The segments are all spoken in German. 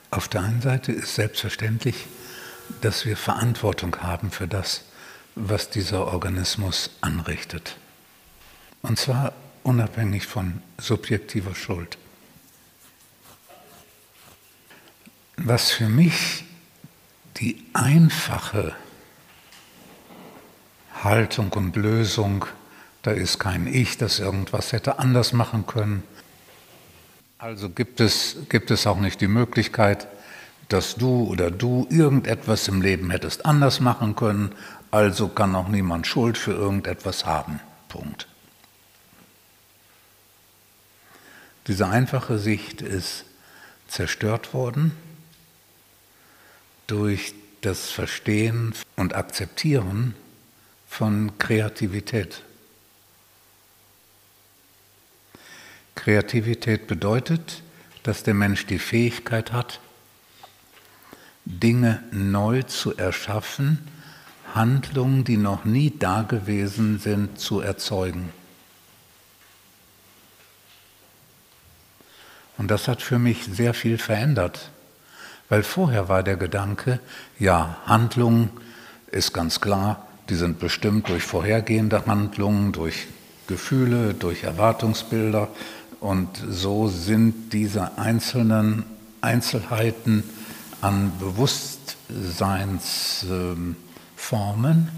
Auf der einen Seite ist selbstverständlich, dass wir Verantwortung haben für das, was dieser Organismus anrichtet. Und zwar unabhängig von subjektiver Schuld. Was für mich die einfache Haltung und Lösung, da ist kein Ich, das irgendwas hätte anders machen können. Also gibt es auch nicht die Möglichkeit, dass du irgendetwas im Leben hättest anders machen können, also kann auch niemand Schuld für irgendetwas haben. Punkt. Diese einfache Sicht ist zerstört worden durch das Verstehen und Akzeptieren von Kreativität. Kreativität bedeutet, dass der Mensch die Fähigkeit hat, Dinge neu zu erschaffen, Handlungen, die noch nie dagewesen sind, zu erzeugen. Und das hat für mich sehr viel verändert, weil vorher war der Gedanke, ja, Handlungen ist ganz klar, die sind bestimmt durch vorhergehende Handlungen, durch Gefühle, durch Erwartungsbilder und so sind diese einzelnen Einzelheiten an Bewusstseinsformen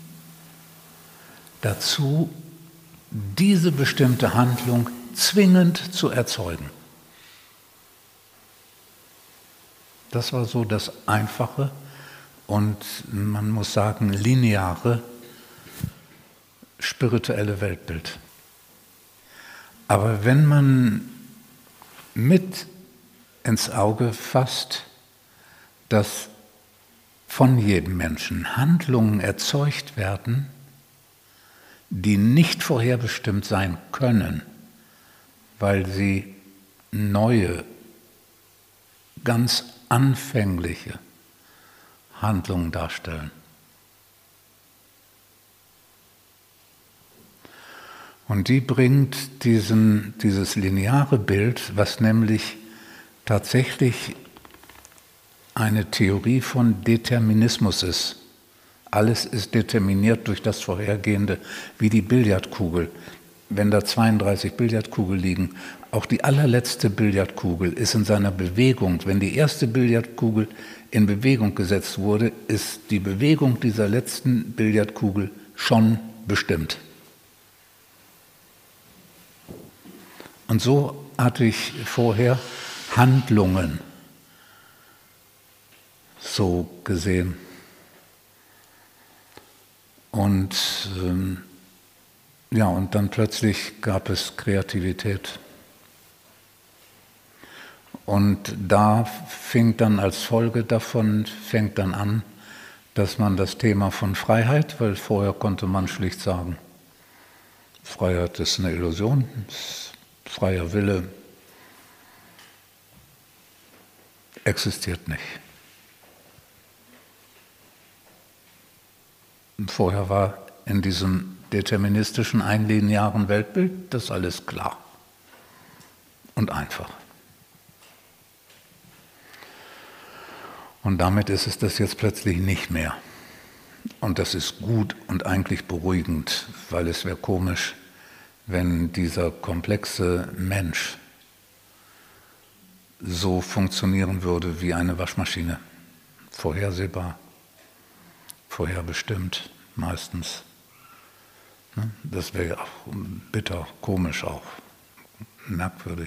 dazu, diese bestimmte Handlung zwingend zu erzeugen. Das war so das einfache und man muss sagen lineare spirituelle Weltbild. Aber wenn man mit ins Auge fasst, dass von jedem Menschen Handlungen erzeugt werden, die nicht vorherbestimmt sein können, weil sie neue, ganz anfängliche Handlungen darstellen. Und die bringt dieses lineare Bild, was nämlich tatsächlich eine Theorie von Determinismus ist. Alles ist determiniert durch das Vorhergehende, wie die Billardkugel. Wenn da 32 Billardkugeln liegen, auch die allerletzte Billardkugel ist in seiner Bewegung. Wenn die erste Billardkugel in Bewegung gesetzt wurde, ist die Bewegung dieser letzten Billardkugel schon bestimmt. Und so hatte ich vorher Handlungen so gesehen. Und und dann plötzlich gab es Kreativität. Und da fängt dann an, dass man das Thema von Freiheit, weil vorher konnte man schlicht sagen, Freiheit ist eine Illusion, ist freier Wille existiert nicht. Und vorher war in diesem deterministischen, einlinearen Weltbild das alles klar und einfach. Und damit ist es das jetzt plötzlich nicht mehr. Und das ist gut und eigentlich beruhigend, weil es wäre komisch, wenn dieser komplexe Mensch so funktionieren würde wie eine Waschmaschine. Vorhersehbar, vorherbestimmt meistens. Das wäre auch bitter, komisch auch, merkwürdig.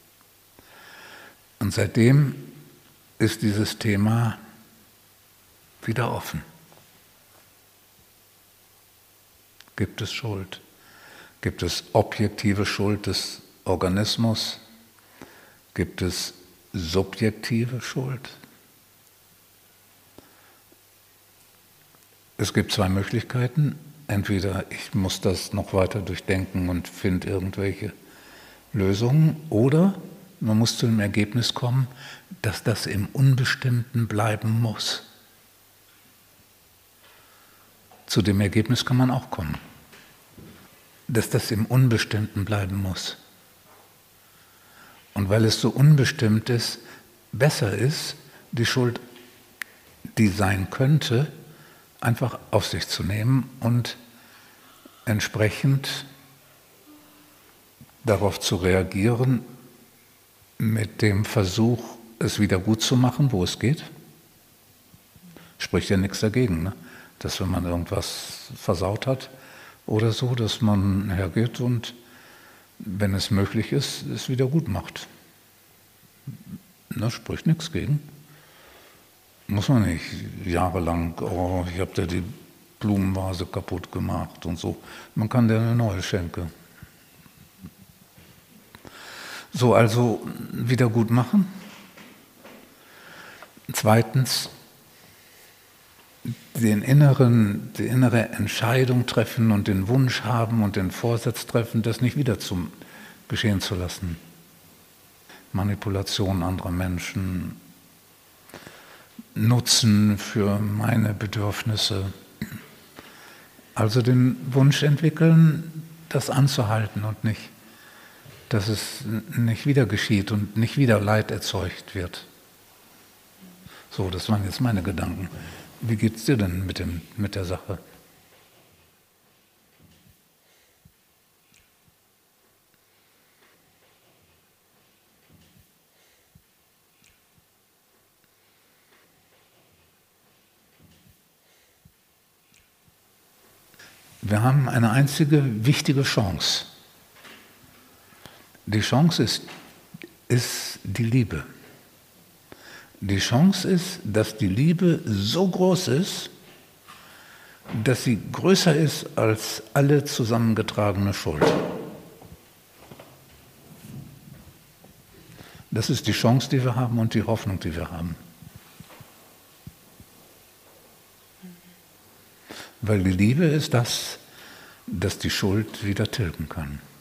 Und seitdem ist dieses Thema wieder offen. Gibt es Schuld? Gibt es objektive Schuld des Organismus? Gibt es subjektive Schuld? Es gibt zwei Möglichkeiten. Entweder ich muss das noch weiter durchdenken und finde irgendwelche Lösungen, oder man muss zu dem Ergebnis kommen, dass das im Unbestimmten bleiben muss. Zu dem Ergebnis kann man auch kommen, dass das im Unbestimmten bleiben muss. Und weil es so unbestimmt ist, besser ist, die Schuld, die sein könnte, einfach auf sich zu nehmen und entsprechend darauf zu reagieren mit dem Versuch, es wieder gut zu machen, wo es geht. Spricht ja nichts dagegen, ne? Dass wenn man irgendwas versaut hat oder so, dass man hergeht und, wenn es möglich ist, es wieder gut macht. Da spricht nichts gegen. Muss man nicht jahrelang, oh, ich habe dir die Blumenvase kaputt gemacht und so. Man kann dir eine neue schenken. So, also wieder gut machen. Zweitens, die innere Entscheidung treffen und den Wunsch haben und den Vorsatz treffen, das nicht wieder geschehen zu lassen. Manipulation anderer Menschen, Nutzen für meine Bedürfnisse. Also den Wunsch entwickeln, das anzuhalten und nicht, dass es nicht wieder geschieht und nicht wieder Leid erzeugt wird. So, das waren jetzt meine Gedanken. Wie geht es dir denn mit der Sache? Wir haben eine einzige wichtige Chance. Die Chance ist die Liebe. Die Chance ist, dass die Liebe so groß ist, dass sie größer ist als alle zusammengetragene Schuld. Das ist die Chance, die wir haben und die Hoffnung, die wir haben. Weil die Liebe ist das, das die Schuld wieder tilgen kann.